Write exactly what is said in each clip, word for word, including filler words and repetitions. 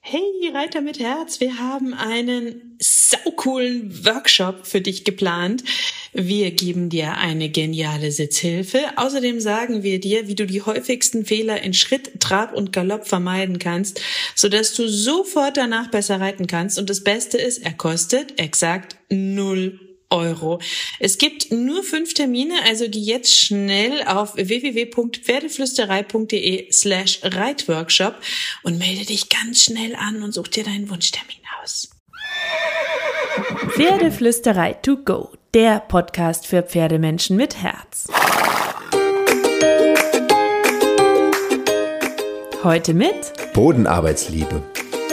Hey Reiter mit Herz, wir haben einen saucoolen Workshop für dich geplant. Wir geben dir eine geniale Sitzhilfe. Außerdem sagen wir dir, wie du die häufigsten Fehler in Schritt, Trab und Galopp vermeiden kannst, sodass du sofort danach besser reiten kannst. Und das Beste ist, er kostet exakt null Euro. Es gibt nur fünf Termine, also geh jetzt schnell auf w w w punkt pferdeflüsterei punkt d e slash reitworkshop und melde dich ganz schnell an und such dir deinen Wunschtermin aus. Pferdeflüsterei to go, der Podcast für Pferdemenschen mit Herz. Heute mit Bodenarbeitsliebe.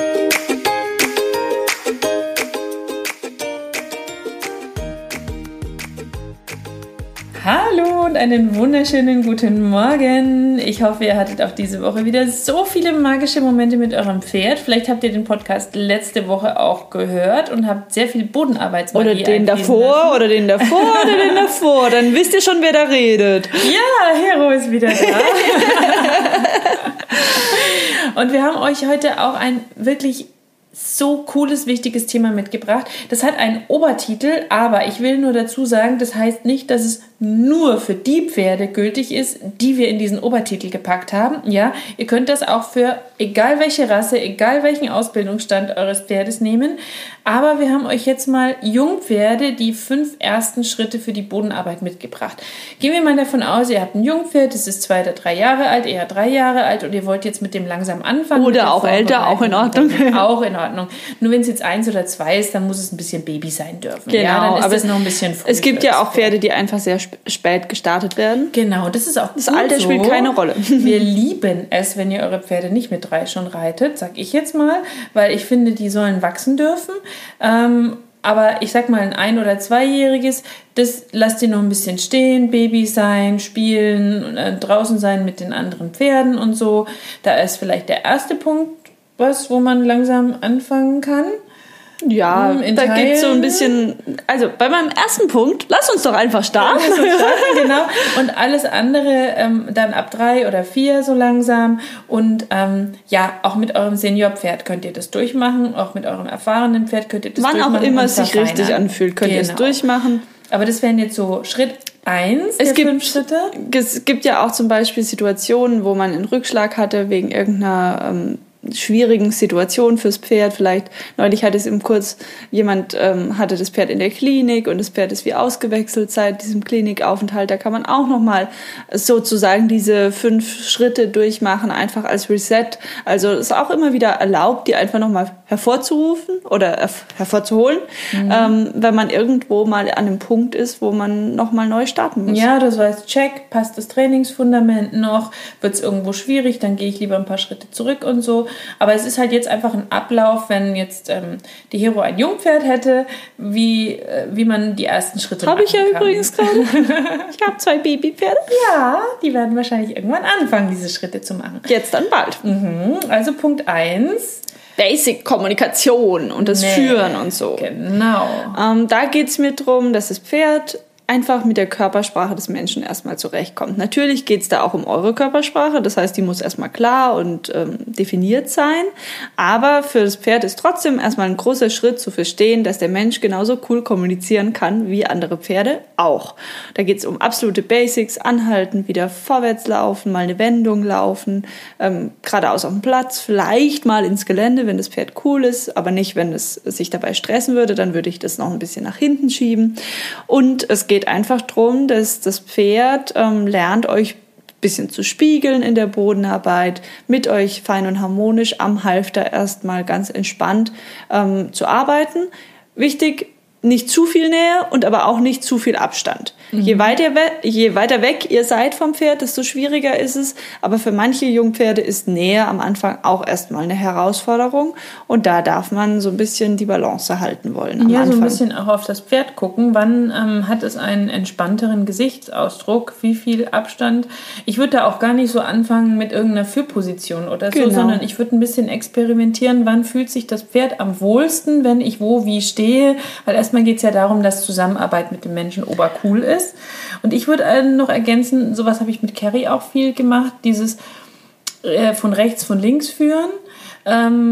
Hallo und einen wunderschönen guten Morgen. Ich hoffe, ihr hattet auch diese Woche wieder so viele magische Momente mit eurem Pferd. Vielleicht habt ihr den Podcast letzte Woche auch gehört und habt sehr viel Bodenarbeitsmagie. Oder den davor, lassen. oder den davor, oder den davor. Dann wisst ihr schon, wer da redet. Ja, Hero ist wieder da. Und wir haben euch heute auch ein wirklich so cooles, wichtiges Thema mitgebracht. Das hat einen Obertitel, aber ich will nur dazu sagen, das heißt nicht, dass es nur für die Pferde gültig ist, die wir in diesen Obertitel gepackt haben. Ja, ihr könnt das auch für egal welche Rasse, egal welchen Ausbildungsstand eures Pferdes nehmen. Aber wir haben euch jetzt mal Jungpferde die fünf ersten Schritte für die Bodenarbeit mitgebracht. Gehen wir mal davon aus, ihr habt ein Jungpferd, das ist zwei oder drei Jahre alt, eher drei Jahre alt und ihr wollt jetzt mit dem langsam anfangen. Oder auch älter, auch in Ordnung. Auch in Ordnung. Nur wenn es jetzt eins oder zwei ist, dann muss es ein bisschen Baby sein dürfen. Genau, ja, dann ist aber es noch ein bisschen früh. Es gibt ja auch Pferde, die einfach sehr spät gestartet werden. Genau, das ist auch Das Alter spielt so. keine Rolle. Wir lieben es, wenn ihr eure Pferde nicht mit drei schon reitet, sag ich jetzt mal, weil ich finde, die sollen wachsen dürfen. Ähm, aber ich sag mal, ein ein- oder zweijähriges, das lasst ihr noch ein bisschen stehen, Baby sein, spielen, äh, draußen sein mit den anderen Pferden und so. Da ist vielleicht der erste Punkt, was, wo man langsam anfangen kann. Ja, hm, da geht es so ein bisschen, also bei meinem ersten Punkt, lass uns doch einfach starten. Lass uns starten, genau. Und alles andere ähm, dann ab drei oder vier so langsam. Und ähm, ja, auch mit eurem Seniorpferd könnt ihr das durchmachen, auch mit eurem erfahrenen Pferd könnt ihr das Wann durchmachen. Wann auch immer es sich richtig anfühlt, könnt genau. ihr es durchmachen. Aber das wären jetzt so Schritt eins der es gibt, fünf Schritte. Es gibt ja auch zum Beispiel Situationen, wo man einen Rückschlag hatte wegen irgendeiner ähm, schwierigen Situation fürs Pferd. Vielleicht neulich hatte es im Kurz, jemand ähm, hatte das Pferd in der Klinik und das Pferd ist wie ausgewechselt seit diesem Klinikaufenthalt. Da kann man auch nochmal sozusagen diese fünf Schritte durchmachen, einfach als Reset. Also es ist auch immer wieder erlaubt, die einfach nochmal hervorzurufen oder äh, hervorzuholen, mhm. ähm, wenn man irgendwo mal an einem Punkt ist, wo man nochmal neu starten muss. Ja, das heißt, check, passt das Trainingsfundament noch, wird es irgendwo schwierig, dann gehe ich lieber ein paar Schritte zurück und so. Aber es ist halt jetzt einfach ein Ablauf, wenn jetzt ähm, die Hero ein Jungpferd hätte, wie, äh, wie man die ersten Schritte Hab machen kann. Habe ich ja übrigens gerade. Ich habe zwei Babypferde. Ja, die werden wahrscheinlich irgendwann anfangen, diese Schritte zu machen. Jetzt dann bald. Mhm. Also Punkt eins. Basic-Kommunikation und das nee, Führen und so. Genau. Ähm, da geht es mir darum, dass das Pferd einfach mit der Körpersprache des Menschen erstmal zurechtkommt. Natürlich geht es da auch um eure Körpersprache, das heißt, die muss erstmal klar und ähm, definiert sein, aber für das Pferd ist trotzdem erstmal ein großer Schritt zu verstehen, dass der Mensch genauso cool kommunizieren kann wie andere Pferde auch. Da geht es um absolute Basics, anhalten, wieder vorwärts laufen, mal eine Wendung laufen, ähm, geradeaus auf dem Platz, vielleicht mal ins Gelände, wenn das Pferd cool ist, aber nicht, wenn es sich dabei stressen würde, dann würde ich das noch ein bisschen nach hinten schieben. Und es geht Es geht einfach darum, dass das Pferd ähm, lernt, euch ein bisschen zu spiegeln in der Bodenarbeit, mit euch fein und harmonisch am Halfter erstmal ganz entspannt ähm, zu arbeiten. Wichtig, nicht zu viel Nähe und aber auch nicht zu viel Abstand. Mhm. Je weiter, we- je weiter weg ihr seid vom Pferd, desto schwieriger ist es. Aber für manche Jungpferde ist Nähe am Anfang auch erstmal eine Herausforderung. Und da darf man so ein bisschen die Balance halten wollen am ja, Anfang. So ein bisschen auch auf das Pferd gucken. Wann ähm, hat es einen entspannteren Gesichtsausdruck? Wie viel Abstand? Ich würde da auch gar nicht so anfangen mit irgendeiner Führposition oder so, genau. sondern ich würde ein bisschen experimentieren. Wann fühlt sich das Pferd am wohlsten, wenn ich wo, wie stehe? Weil erstmal geht es ja darum, dass Zusammenarbeit mit dem Menschen obercool ist. Und ich würde noch ergänzen, sowas habe ich mit Carrie auch viel gemacht, dieses äh, von rechts, von links führen. Ähm,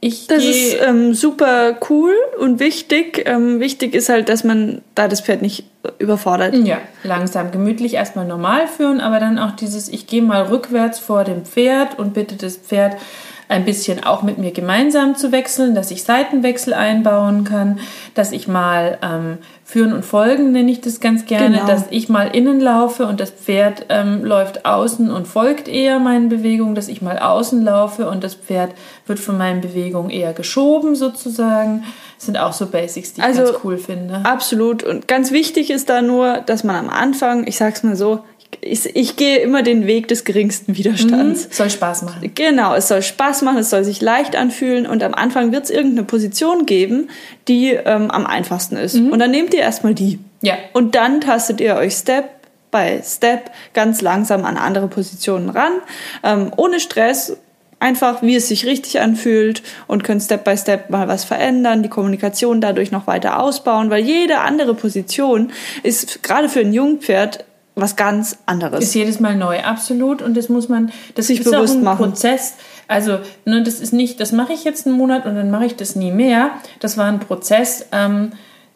ich Das geh, ist ähm, super cool und wichtig. Ähm, wichtig ist halt, dass man da das Pferd nicht überfordert. Ja, langsam, gemütlich erstmal normal führen, aber dann auch dieses, ich gehe mal rückwärts vor dem Pferd und bitte das Pferd ein bisschen auch mit mir gemeinsam zu wechseln, dass ich Seitenwechsel einbauen kann, dass ich mal ähm, führen und folgen, nenne ich das ganz gerne, Genau. dass ich mal innen laufe und das Pferd ähm, läuft außen und folgt eher meinen Bewegungen, dass ich mal außen laufe und das Pferd wird von meinen Bewegungen eher geschoben sozusagen. Das sind auch so Basics, die ich Also, ganz cool finde. Absolut. Und ganz wichtig ist da nur, dass man am Anfang, ich sag's mal so, ich, ich gehe immer den Weg des geringsten Widerstands. Mhm. Soll Spaß machen. Genau, es soll Spaß machen, es soll sich leicht anfühlen und am Anfang wird es irgendeine Position geben, die ähm, am einfachsten ist. Mhm. Und dann nehmt ihr erstmal die. Ja. Und dann tastet ihr euch Step by Step ganz langsam an andere Positionen ran, ähm, ohne Stress. Einfach, wie es sich richtig anfühlt und könnt Step by Step mal was verändern, die Kommunikation dadurch noch weiter ausbauen, weil jede andere Position ist gerade für ein Jungpferd was ganz anderes. Ist jedes Mal neu, absolut. Und das muss man, das Sich ist bewusst auch ein machen. Prozess. Also, ne, das ist nicht, das mache ich jetzt einen Monat und dann mache ich das nie mehr. Das war ein Prozess, ähm,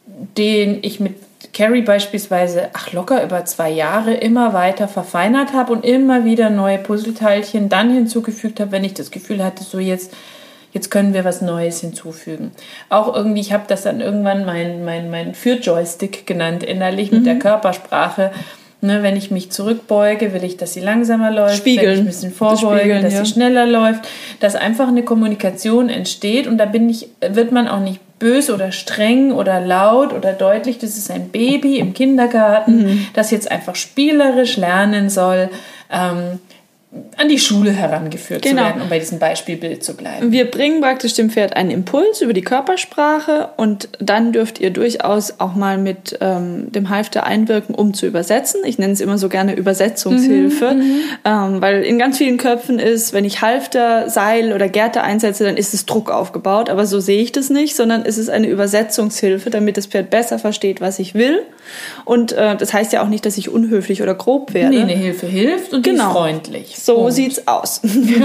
den ich mit Carrie beispielsweise, ach locker über zwei Jahre immer weiter verfeinert habe und immer wieder neue Puzzleteilchen dann hinzugefügt habe, wenn ich das Gefühl hatte, so jetzt, jetzt können wir was Neues hinzufügen. Auch irgendwie, ich habe das dann irgendwann mein, mein, mein Führjoystick genannt, innerlich mit Mhm. der Körpersprache. Ne, wenn ich mich zurückbeuge, will ich, dass sie langsamer läuft. Spiegeln. Wenn ich ein bisschen vorbeuge, Spiegeln, dass ja. sie schneller läuft. Dass einfach eine Kommunikation entsteht und da bin ich, wird man auch nicht böse oder streng oder laut oder deutlich. Das ist ein Baby im Kindergarten, Mhm. das jetzt einfach spielerisch lernen soll, ähm, an die Schule herangeführt Genau. zu werden, um bei diesem Beispielbild zu bleiben. Wir bringen praktisch dem Pferd einen Impuls über die Körpersprache und dann dürft ihr durchaus auch mal mit ähm, dem Halfter einwirken, um zu übersetzen. Ich nenne es immer so gerne Übersetzungshilfe, Mhm, ähm, weil in ganz vielen Köpfen ist, wenn ich Halfter, Seil oder Gerte einsetze, dann ist es Druck aufgebaut. Aber so sehe ich das nicht, sondern es ist eine Übersetzungshilfe, damit das Pferd besser versteht, was ich will. Und äh, das heißt ja auch nicht, dass ich unhöflich oder grob werde. Nee, eine Hilfe hilft und die Genau. ist freundlich. So Punkt. sieht's aus.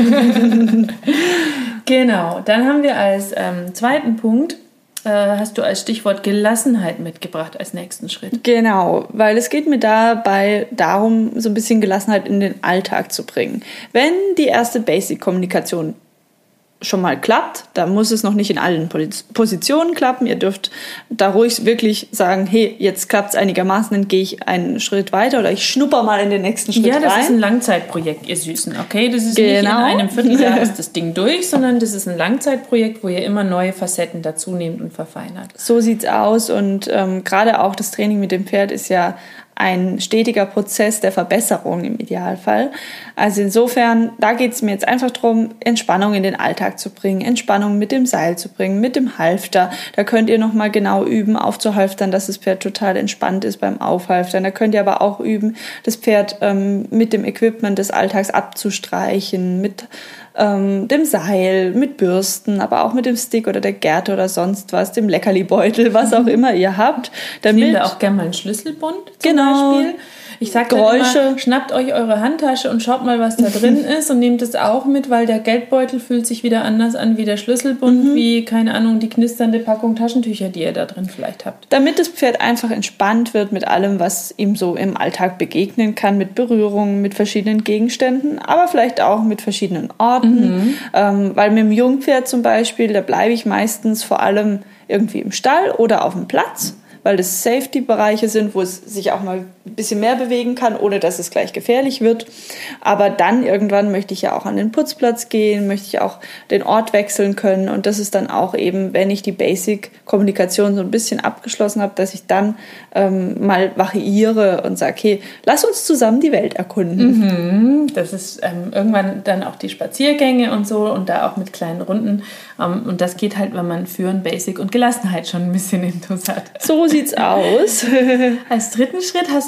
Genau, dann haben wir als ähm, zweiten Punkt, äh, hast du als Stichwort Gelassenheit mitgebracht als nächsten Schritt. Genau, weil es geht mir dabei darum, so ein bisschen Gelassenheit in den Alltag zu bringen. Wenn die erste Basic-Kommunikation schon mal klappt, dann muss es noch nicht in allen Positionen klappen. Ihr dürft da ruhig wirklich sagen, hey, jetzt klappt es einigermaßen, dann gehe ich einen Schritt weiter oder ich schnupper mal in den nächsten Schritt Ja, das rein. ist ein Langzeitprojekt, ihr Süßen, okay? Das ist nicht in Genau. einem Vierteljahr ist das Ding durch, sondern das ist ein Langzeitprojekt, wo ihr immer neue Facetten dazu nehmt und verfeinert. So sieht's aus und ähm, gerade auch das Training mit dem Pferd ist ja ein stetiger Prozess der Verbesserung im Idealfall. Also insofern, da geht es mir jetzt einfach darum, Entspannung in den Alltag zu bringen, Entspannung mit dem Seil zu bringen, mit dem Halfter. Da könnt ihr nochmal genau üben, aufzuhalftern, dass das Pferd total entspannt ist beim Aufhalftern. Da könnt ihr aber auch üben, das Pferd ähm, mit dem Equipment des Alltags abzustreichen, mit ähm, dem Seil, mit Bürsten, aber auch mit dem Stick oder der Gerte oder sonst was, dem Leckerlibeutel, was auch immer ihr habt. Damit Nehmt ihr auch gerne mal einen Schlüsselbund zum Genau. Beispiel. Ich sag dann Geräusche. immer, schnappt euch eure Handtasche und schaut mal, was da drin ist und nehmt es auch mit, weil der Geldbeutel fühlt sich wieder anders an wie der Schlüsselbund, Mhm. wie, keine Ahnung, die knisternde Packung Taschentücher, die ihr da drin vielleicht habt. Damit das Pferd einfach entspannt wird mit allem, was ihm so im Alltag begegnen kann, mit Berührungen, mit verschiedenen Gegenständen, aber vielleicht auch mit verschiedenen Orten. Mhm. Ähm, weil mit dem Jungpferd zum Beispiel, da bleibe ich meistens vor allem irgendwie im Stall oder auf dem Platz, weil das Safety-Bereiche sind, wo es sich auch mal ein bisschen mehr bewegen kann, ohne dass es gleich gefährlich wird. Aber dann irgendwann möchte ich ja auch an den Putzplatz gehen, möchte ich auch den Ort wechseln können. Und das ist dann auch eben, wenn ich die Basic-Kommunikation so ein bisschen abgeschlossen habe, dass ich dann ähm, mal variiere und sage, hey, lass uns zusammen die Welt erkunden. Das ist ähm, irgendwann dann auch die Spaziergänge und so und da auch mit kleinen Runden. Ähm, und das geht halt, wenn man Führen, Basic und Gelassenheit schon ein bisschen intus hat. So sieht's aus. Als dritten Schritt hast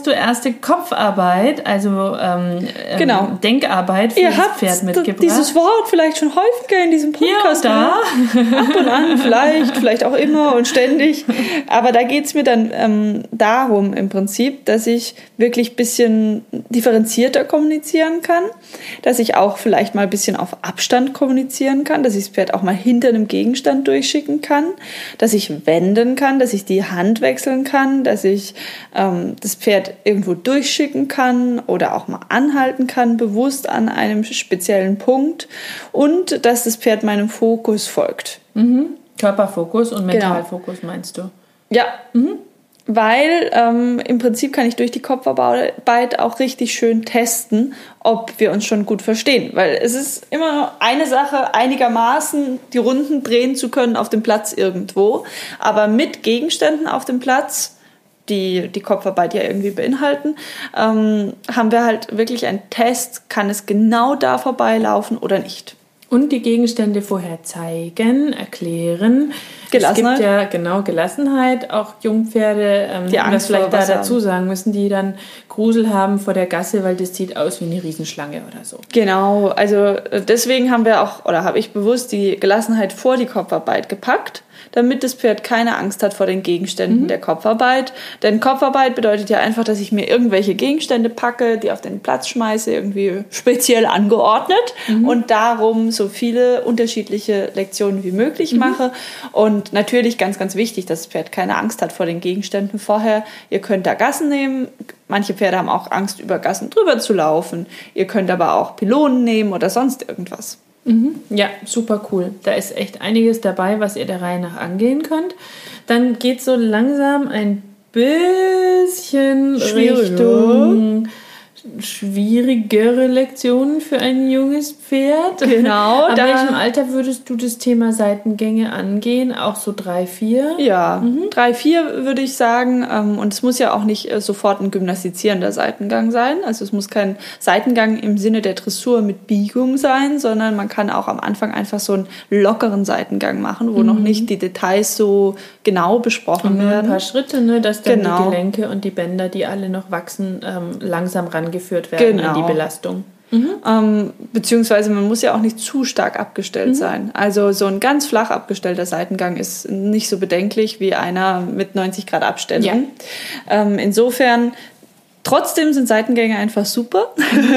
hast du erste Kopfarbeit, also ähm, genau. ähm, Denkarbeit für Ihr das habt Pferd mitgebracht. Dieses Wort vielleicht schon häufiger in diesem Podcast. Hier und da. Ab und an, vielleicht, vielleicht auch immer und ständig. Aber da geht es mir dann ähm, darum im Prinzip, dass ich wirklich ein bisschen differenzierter kommunizieren kann, dass ich auch vielleicht mal ein bisschen auf Abstand kommunizieren kann, dass ich das Pferd auch mal hinter einem Gegenstand durchschicken kann, dass ich wenden kann, dass ich die Hand wechseln kann, dass ich ähm, das Pferd irgendwo durchschicken kann oder auch mal anhalten kann, bewusst an einem speziellen Punkt und dass das Pferd meinem Fokus folgt. Mhm. Körperfokus und Mentalfokus genau. meinst du? Ja, mhm. Weil ähm, im Prinzip kann ich durch die Kopfarbeit auch richtig schön testen, ob wir uns schon gut verstehen. Weil es ist immer eine Sache, einigermaßen die Runden drehen zu können auf dem Platz irgendwo. Aber mit Gegenständen auf dem Platz, die die Kopfarbeit ja irgendwie beinhalten, ähm, haben wir halt wirklich einen Test, kann es genau da vorbeilaufen oder nicht. Und die Gegenstände vorher zeigen, erklären. Gelassenheit. Es gibt ja, genau, Gelassenheit. Auch Jungpferde, ähm, die Angst vielleicht da dazu sagen müssen, die dann Grusel haben vor der Gasse, weil das sieht aus wie eine Riesenschlange oder so. Genau, also deswegen haben wir auch, oder habe ich bewusst die Gelassenheit vor die Kopfarbeit gepackt, damit das Pferd keine Angst hat vor den Gegenständen mhm. der Kopfarbeit. Denn Kopfarbeit bedeutet ja einfach, dass ich mir irgendwelche Gegenstände packe, die auf den Platz schmeiße, irgendwie speziell angeordnet mhm. und darum so viele unterschiedliche Lektionen wie möglich mhm. mache. Und natürlich ganz, ganz wichtig, dass das Pferd keine Angst hat vor den Gegenständen vorher. Ihr könnt da Gassen nehmen. Manche Pferde haben auch Angst, über Gassen drüber zu laufen. Ihr könnt aber auch Pylonen nehmen oder sonst irgendwas. Mhm. Ja, super cool. Da ist echt einiges dabei, was ihr der Reihe nach angehen könnt. Dann geht so langsam ein bisschen Schwierig. Richtung schwierigere Lektionen für ein junges Pferd. Genau. Ab welchem Alter würdest du das Thema Seitengänge angehen? Auch so drei, vier? Ja, mhm. drei, vier würde ich sagen. Und es muss ja auch nicht sofort ein gymnastizierender Seitengang sein. Also es muss kein Seitengang im Sinne der Dressur mit Biegung sein, sondern man kann auch am Anfang einfach so einen lockeren Seitengang machen, wo mhm. noch nicht die Details so genau besprochen und werden. Ein paar Schritte, ne, dass dann genau. die Gelenke und die Bänder, die alle noch wachsen, ähm, langsam rangeführt werden genau. an die Belastung. Mhm. Ähm, beziehungsweise man muss ja auch nicht zu stark abgestellt mhm. sein. Also so ein ganz flach abgestellter Seitengang ist nicht so bedenklich wie einer mit neunzig Grad Abstellung. Ja. Ähm, insofern trotzdem sind Seitengänge einfach super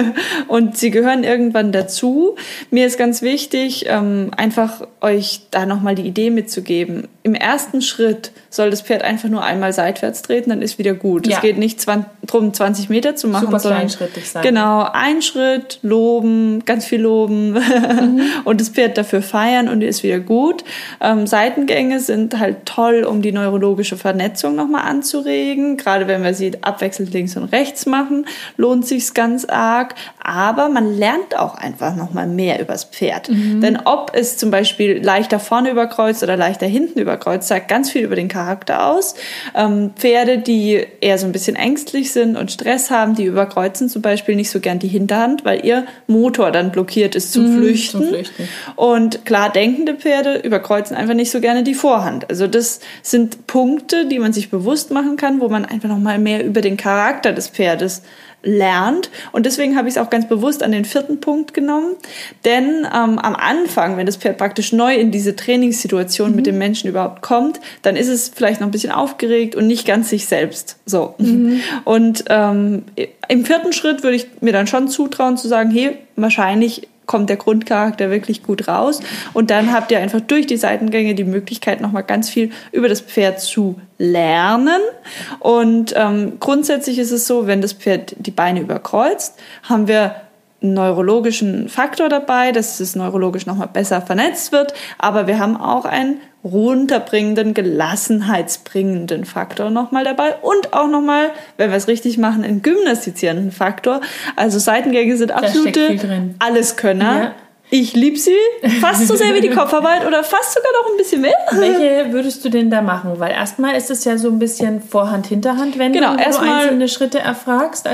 und sie gehören irgendwann dazu. Mir ist ganz wichtig, ähm, einfach euch da nochmal die Idee mitzugeben. Im ersten Schritt soll das Pferd einfach nur einmal seitwärts treten, dann ist wieder gut. Ja. Es geht nicht darum, zwanzig Meter zu machen, super sondern kleinschrittig sein. Genau, ein Schritt, loben, ganz viel loben mhm. und das Pferd dafür feiern und ist wieder gut. Ähm, Seitengänge sind halt toll, um die neurologische Vernetzung nochmal anzuregen. Gerade wenn wir sie abwechselnd links und rechts machen, lohnt sich's ganz arg. Aber man lernt auch einfach nochmal mehr übers Pferd. Mhm. Denn ob es zum Beispiel leichter vorne überkreuzt oder leichter hinten überkreuzt, sagt ganz viel über den Charakter aus. Ähm, Pferde, die eher so ein bisschen ängstlich sind und Stress haben, die überkreuzen zum Beispiel nicht so gern die Hinterhand, weil ihr Motor dann blockiert ist zum, mhm, Flüchten. zum Flüchten. Und klar denkende Pferde überkreuzen einfach nicht so gerne die Vorhand. Also das sind Punkte, die man sich bewusst machen kann, wo man einfach nochmal mehr über den Charakter des Pferdes lernt. Und deswegen habe ich es auch ganz bewusst an den vierten Punkt genommen. Denn ähm, am Anfang, wenn das Pferd praktisch neu in diese Trainingssituation mhm. mit dem Menschen überhaupt kommt, dann ist es vielleicht noch ein bisschen aufgeregt und nicht ganz sich selbst. So. Mhm. Und ähm, im vierten Schritt würde ich mir dann schon zutrauen zu sagen, hey, wahrscheinlich kommt der Grundcharakter wirklich gut raus. Und dann habt ihr einfach durch die Seitengänge die Möglichkeit, nochmal ganz viel über das Pferd zu lernen. Und ähm, grundsätzlich ist es so, wenn das Pferd die Beine überkreuzt, haben wir einen neurologischen Faktor dabei, dass es neurologisch nochmal besser vernetzt wird. Aber wir haben auch einen runterbringenden, gelassenheitsbringenden Faktor nochmal dabei und auch nochmal, wenn wir es richtig machen, einen gymnastizierenden Faktor. Also Seitengänge sind absolute Alleskönner. Ja. Ich liebe sie fast so sehr wie die Kopfarbeit oder fast sogar noch ein bisschen mehr. Welche würdest du denn da machen? Weil erstmal ist es ja so ein bisschen Vorhand-Hinterhand, wenn genau, du einzelne Schritte erfragst als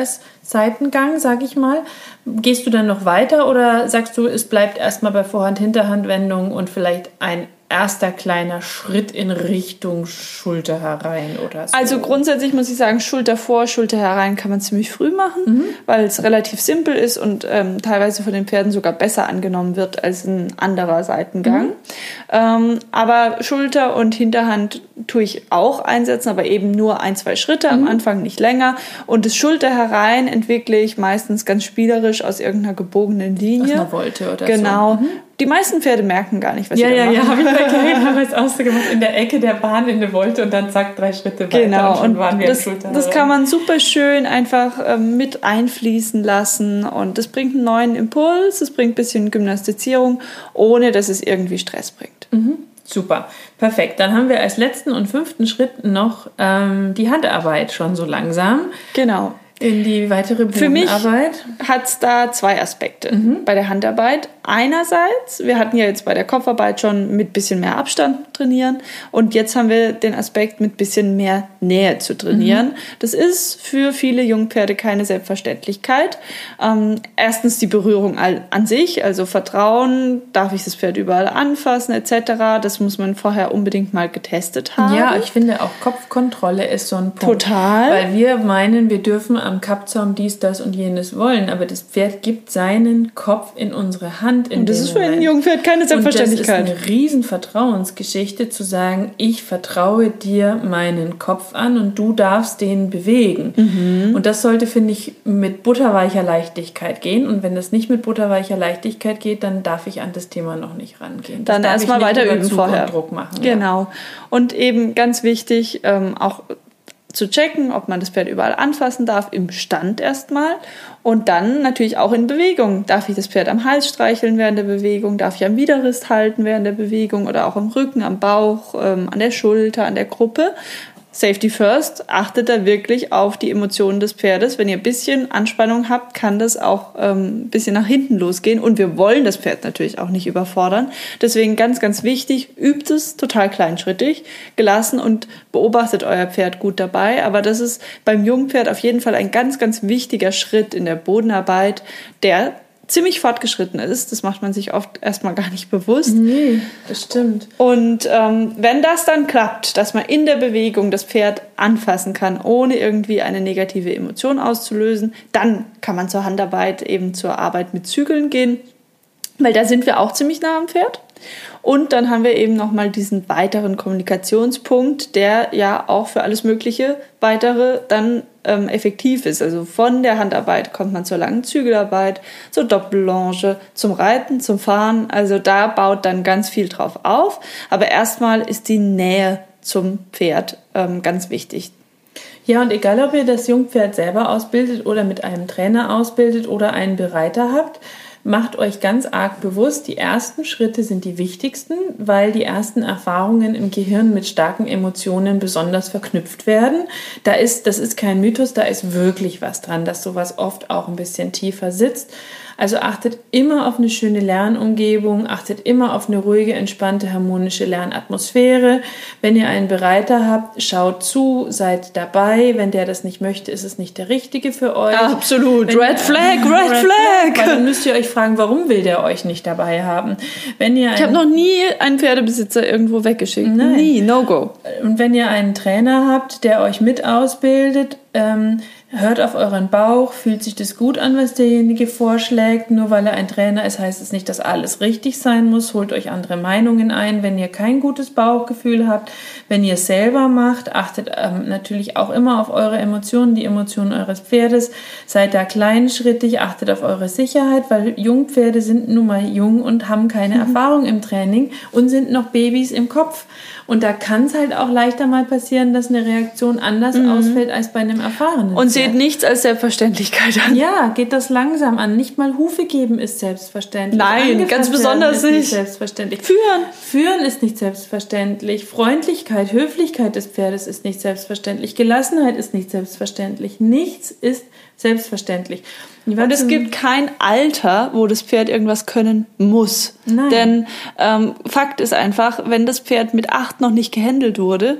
Seitengang, sag ich mal. Gehst du dann noch weiter oder sagst du, es bleibt erstmal bei Vorhand-Hinterhand-Wendung und vielleicht ein erster kleiner Schritt in Richtung Schulter herein oder so? Also grundsätzlich muss ich sagen, Schulter vor, Schulter herein kann man ziemlich früh machen, mhm. weil es relativ simpel ist und ähm, teilweise von den Pferden sogar besser angenommen wird als ein anderer Seitengang. Mhm. Ähm, aber Schulter und Hinterhand tue ich auch einsetzen, aber eben nur ein, zwei Schritte, mhm. am Anfang nicht länger. Und das Schulter herein entwickle ich meistens ganz spielerisch aus irgendeiner gebogenen Linie. Aus einer Volte oder genau. so. Mhm. Die meisten Pferde merken gar nicht, was ja, sie da ja, machen. Ja, ja, habe ich bei Kate haben wir es auch so gemacht, in der Ecke der Bahn in eine Volte und dann zack, drei Schritte weiter genau. und schon waren wir das, am Schulter. Das kann man super schön einfach ähm, mit einfließen lassen und das bringt einen neuen Impuls, das bringt ein bisschen Gymnastizierung, ohne dass es irgendwie Stress bringt. Mhm. Super, perfekt. Dann haben wir als letzten und fünften Schritt noch ähm, die Handarbeit schon so langsam. Genau. In die weitere Bodenarbeit. Für mich hat es da zwei Aspekte mhm. bei der Handarbeit. Einerseits, wir hatten ja jetzt bei der Kopfarbeit schon mit bisschen mehr Abstand trainieren und jetzt haben wir den Aspekt mit bisschen mehr Nähe zu trainieren. Mhm. Das ist für viele Jungpferde keine Selbstverständlichkeit. Ähm, erstens die Berührung an sich, also Vertrauen, darf ich das Pferd überall anfassen et cetera. Das muss man vorher unbedingt mal getestet haben. Ja, ich finde auch Kopfkontrolle ist so ein Punkt. Total. Weil wir meinen, wir dürfen am Kappzaum dies, das und jenes wollen, aber das Pferd gibt seinen Kopf in unsere Hand. In und das ist für ein Jungpferd keine Selbstverständlichkeit. Und das ist eine riesen Vertrauensgeschichte, zu sagen, ich vertraue dir meinen Kopf an und du darfst den bewegen. Mhm. Und das sollte, finde ich, mit butterweicher Leichtigkeit gehen. Und wenn das nicht mit butterweicher Leichtigkeit geht, dann darf ich an das Thema noch nicht rangehen. Das dann erstmal weiter üben vorher. Und Druck machen. Genau. Ja. Und eben ganz wichtig, ähm, auch zu checken, ob man das Pferd überall anfassen darf, im Stand erstmal und dann natürlich auch in Bewegung. Darf ich das Pferd am Hals streicheln während der Bewegung? Darf ich am Widerrist halten während der Bewegung oder auch am Rücken, am Bauch, ähm, an der Schulter, an der Gruppe? Safety first, achtet da wirklich auf die Emotionen des Pferdes. Wenn ihr ein bisschen Anspannung habt, kann das auch ähm, ein bisschen nach hinten losgehen. Und wir wollen das Pferd natürlich auch nicht überfordern. Deswegen ganz, ganz wichtig, übt es total kleinschrittig, gelassen und beobachtet euer Pferd gut dabei. Aber das ist beim Jungpferd auf jeden Fall ein ganz, ganz wichtiger Schritt in der Bodenarbeit, der ziemlich fortgeschritten ist. Das macht man sich oft erstmal gar nicht bewusst. Nee, das stimmt. Und ähm, wenn das dann klappt, dass man in der Bewegung das Pferd anfassen kann, ohne irgendwie eine negative Emotion auszulösen, dann kann man zur Handarbeit, eben zur Arbeit mit Zügeln gehen, weil da sind wir auch ziemlich nah am Pferd. Und dann haben wir eben nochmal diesen weiteren Kommunikationspunkt, der ja auch für alles Mögliche weitere dann ähm, effektiv ist. Also von der Handarbeit kommt man zur langen Zügelarbeit, zur Doppellonge, zum Reiten, zum Fahren. Also da baut dann ganz viel drauf auf. Aber erstmal ist die Nähe zum Pferd ähm, ganz wichtig. Ja, und egal, ob ihr das Jungpferd selber ausbildet oder mit einem Trainer ausbildet oder einen Bereiter habt, macht euch ganz arg bewusst, die ersten Schritte sind die wichtigsten, weil die ersten Erfahrungen im Gehirn mit starken Emotionen besonders verknüpft werden. Da ist, das ist kein Mythos, da ist wirklich was dran, dass sowas oft auch ein bisschen tiefer sitzt. Also achtet immer auf eine schöne Lernumgebung, achtet immer auf eine ruhige, entspannte, harmonische Lernatmosphäre. Wenn ihr einen Bereiter habt, schaut zu, seid dabei. Wenn der das nicht möchte, ist es nicht der Richtige für euch. Absolut. Wenn Red ihr, Flag, Red, Red Flag. Flag. Dann müsst ihr euch fragen, warum will der euch nicht dabei haben? Wenn ihr ich habe noch nie einen Pferdebesitzer irgendwo weggeschickt. Nein. Nie, no go. Und wenn ihr einen Trainer habt, der euch mit ausbildet, ähm, hört auf euren Bauch, fühlt sich das gut an, was derjenige vorschlägt. Nur weil er ein Trainer ist, heißt es nicht, dass alles richtig sein muss. Holt euch andere Meinungen ein, wenn ihr kein gutes Bauchgefühl habt. Wenn ihr es selber macht, achtet ähm, natürlich auch immer auf eure Emotionen, die Emotionen eures Pferdes. Seid da kleinschrittig, achtet auf eure Sicherheit, weil Jungpferde sind nun mal jung und haben keine mhm. Erfahrung im Training und sind noch Babys im Kopf. Und da kann es halt auch leichter mal passieren, dass eine Reaktion anders mhm. ausfällt als bei einem erfahrenen Und Pferd. seht nichts als Selbstverständlichkeit an. Ja, geht das langsam an. Nicht mal Hufe geben ist selbstverständlich. Nein, ganz besonders ist nicht. nicht selbstverständlich. Führen. Führen ist nicht selbstverständlich. Freundlichkeit, Höflichkeit des Pferdes ist nicht selbstverständlich. Gelassenheit ist nicht selbstverständlich. Nichts ist selbstverständlich. Und es gibt kein Alter, wo das Pferd irgendwas können muss. Nein. Denn ähm, Fakt ist einfach, wenn das Pferd mit acht noch nicht gehändelt wurde,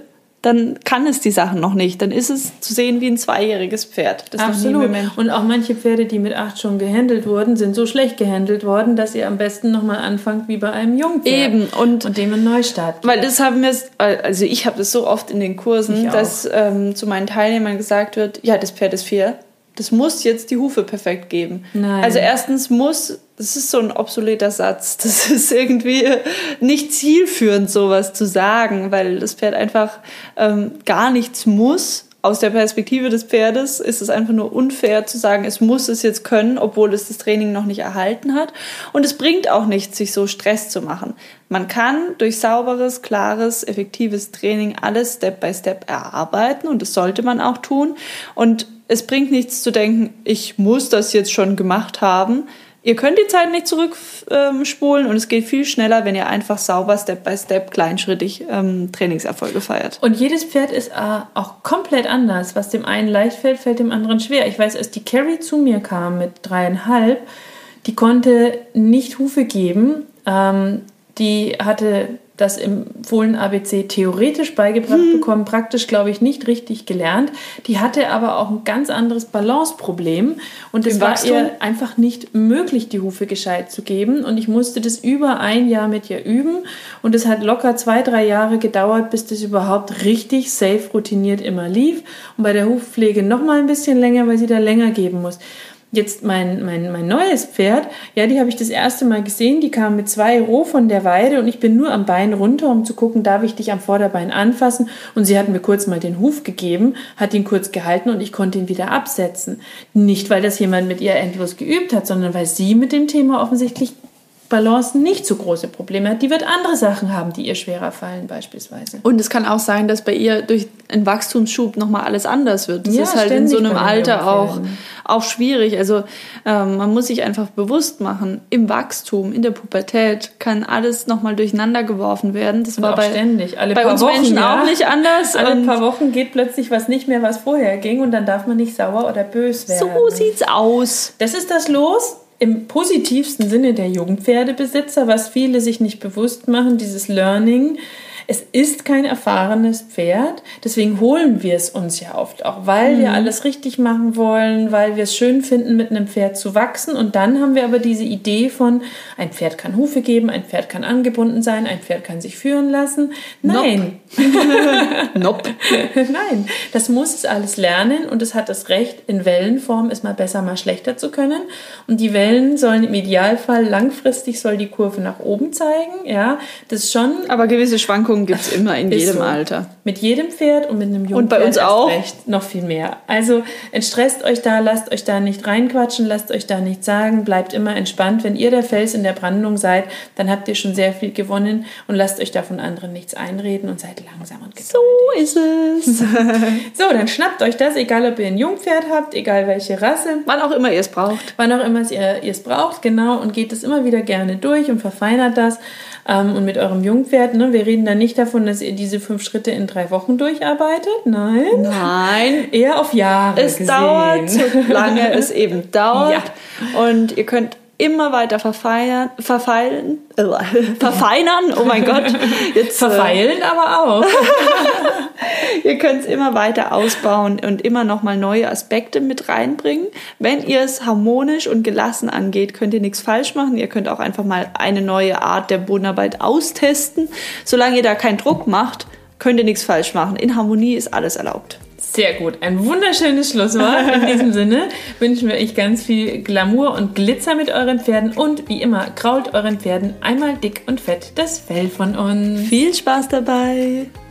dann kann es die Sachen noch nicht. Dann ist es zu sehen wie ein zweijähriges Pferd. Das Absolut. Und auch manche Pferde, die mit acht schon gehandelt wurden, sind so schlecht gehandelt worden, dass ihr am besten nochmal anfangt wie bei einem Jungpferd. Eben. Und, und dem einen Neustart gibt. Weil das haben wir, also ich habe das so oft in den Kursen, dass ähm, zu meinen Teilnehmern gesagt wird, ja, das Pferd ist vier. Das muss jetzt die Hufe perfekt geben. Nein. Also erstens muss, das ist so ein obsoleter Satz, das ist irgendwie nicht zielführend, sowas zu sagen, weil das Pferd einfach ähm, gar nichts muss. Aus der Perspektive des Pferdes ist es einfach nur unfair zu sagen, es muss es jetzt können, obwohl es das Training noch nicht erhalten hat. Und es bringt auch nichts, sich so Stress zu machen. Man kann durch sauberes, klares, effektives Training alles Step by Step erarbeiten und das sollte man auch tun. Und es bringt nichts zu denken, ich muss das jetzt schon gemacht haben. Ihr könnt die Zeit nicht zurückspulen ähm, und es geht viel schneller, wenn ihr einfach sauber, Step by Step, kleinschrittig ähm, Trainingserfolge feiert. Und jedes Pferd ist äh, auch komplett anders. Was dem einen leicht fällt, fällt dem anderen schwer. Ich weiß, als die Carrie zu mir kam mit dreieinhalb, die konnte nicht Hufe geben. Ähm, die hatte das im Fohlen-A B C theoretisch beigebracht hm. bekommen, praktisch, glaube ich, nicht richtig gelernt. Die hatte aber auch ein ganz anderes Balanceproblem und es war ihr einfach nicht möglich, die Hufe gescheit zu geben und ich musste das über ein Jahr mit ihr üben und es hat locker zwei, drei Jahre gedauert, bis das überhaupt richtig safe, routiniert immer lief und bei der Hufpflege noch mal ein bisschen länger, weil sie da länger geben muss. Jetzt mein, mein, mein neues Pferd, ja, die habe ich das erste Mal gesehen, die kam mit zwei roh von der Weide und ich bin nur am Bein runter, um zu gucken, darf ich dich am Vorderbein anfassen und sie hat mir kurz mal den Huf gegeben, hat ihn kurz gehalten und ich konnte ihn wieder absetzen. Nicht, weil das jemand mit ihr endlos geübt hat, sondern weil sie mit dem Thema offensichtlich Balance nicht so große Probleme hat. Die wird andere Sachen haben, die ihr schwerer fallen beispielsweise. Und es kann auch sein, dass bei ihr durch einen Wachstumsschub nochmal alles anders wird. Das ja, ist halt in so einem Alter auch, auch schwierig. Also ähm, man muss sich einfach bewusst machen, im Wachstum, in der Pubertät kann alles nochmal durcheinander geworfen werden. Das und war auch bei, ständig. Alle bei paar uns Wochen, Menschen ja. auch nicht anders. Alle und paar Wochen geht plötzlich was nicht mehr, was vorher ging und dann darf man nicht sauer oder bös werden. So sieht's aus. Das ist das Los. Im positivsten Sinne der Jungpferdebesitzer, was viele sich nicht bewusst machen, dieses Learning. Es ist kein erfahrenes Pferd, deswegen holen wir es uns ja oft auch, weil mhm. wir alles richtig machen wollen, weil wir es schön finden, mit einem Pferd zu wachsen. Und dann haben wir aber diese Idee von, ein Pferd kann Hufe geben, ein Pferd kann angebunden sein, ein Pferd kann sich führen lassen. Nein. Nope. Nein, das muss es alles lernen und es hat das Recht, in Wellenform es mal besser, mal schlechter zu können. Und die Wellen sollen im Idealfall langfristig soll die Kurve nach oben zeigen. Ja, das ist schon. Aber gewisse Schwankungen gibt es immer in jedem so. Alter. Mit jedem Pferd und mit einem jungen Und bei Pferd uns auch. Recht noch viel mehr. Also entstresst euch da, lasst euch da nicht reinquatschen, lasst euch da nichts sagen, bleibt immer entspannt. Wenn ihr der Fels in der Brandung seid, dann habt ihr schon sehr viel gewonnen und lasst euch da von anderen nichts einreden und seid langsam und geduldig. So ist es. So, dann schnappt euch das, egal ob ihr ein Jungpferd habt, egal welche Rasse. Wann auch immer ihr es braucht. Wann auch immer ihr es braucht, genau. Und geht es immer wieder gerne durch und verfeinert das. Ähm, und mit eurem Jungpferd, ne, wir reden da nicht davon, dass ihr diese fünf Schritte in drei Wochen durcharbeitet. Nein. Nein. Eher auf Jahre Es gesehen. dauert, so lange es eben dauert. Ja. Und ihr könnt immer weiter verfeinern, verfeilen, äh, verfeinern, oh mein Gott. Jetzt, Verfeilen äh, aber auch. Ihr könnt es immer weiter ausbauen und immer noch mal neue Aspekte mit reinbringen. Wenn ihr es harmonisch und gelassen angeht, könnt ihr nichts falsch machen. Ihr könnt auch einfach mal eine neue Art der Bodenarbeit austesten. Solange ihr da keinen Druck macht, könnt ihr nichts falsch machen. In Harmonie ist alles erlaubt. Sehr gut, ein wunderschönes Schlusswort. In diesem Sinne wünschen wir euch ganz viel Glamour und Glitzer mit euren Pferden und wie immer, krault euren Pferden einmal dick und fett das Fell von uns. Viel Spaß dabei!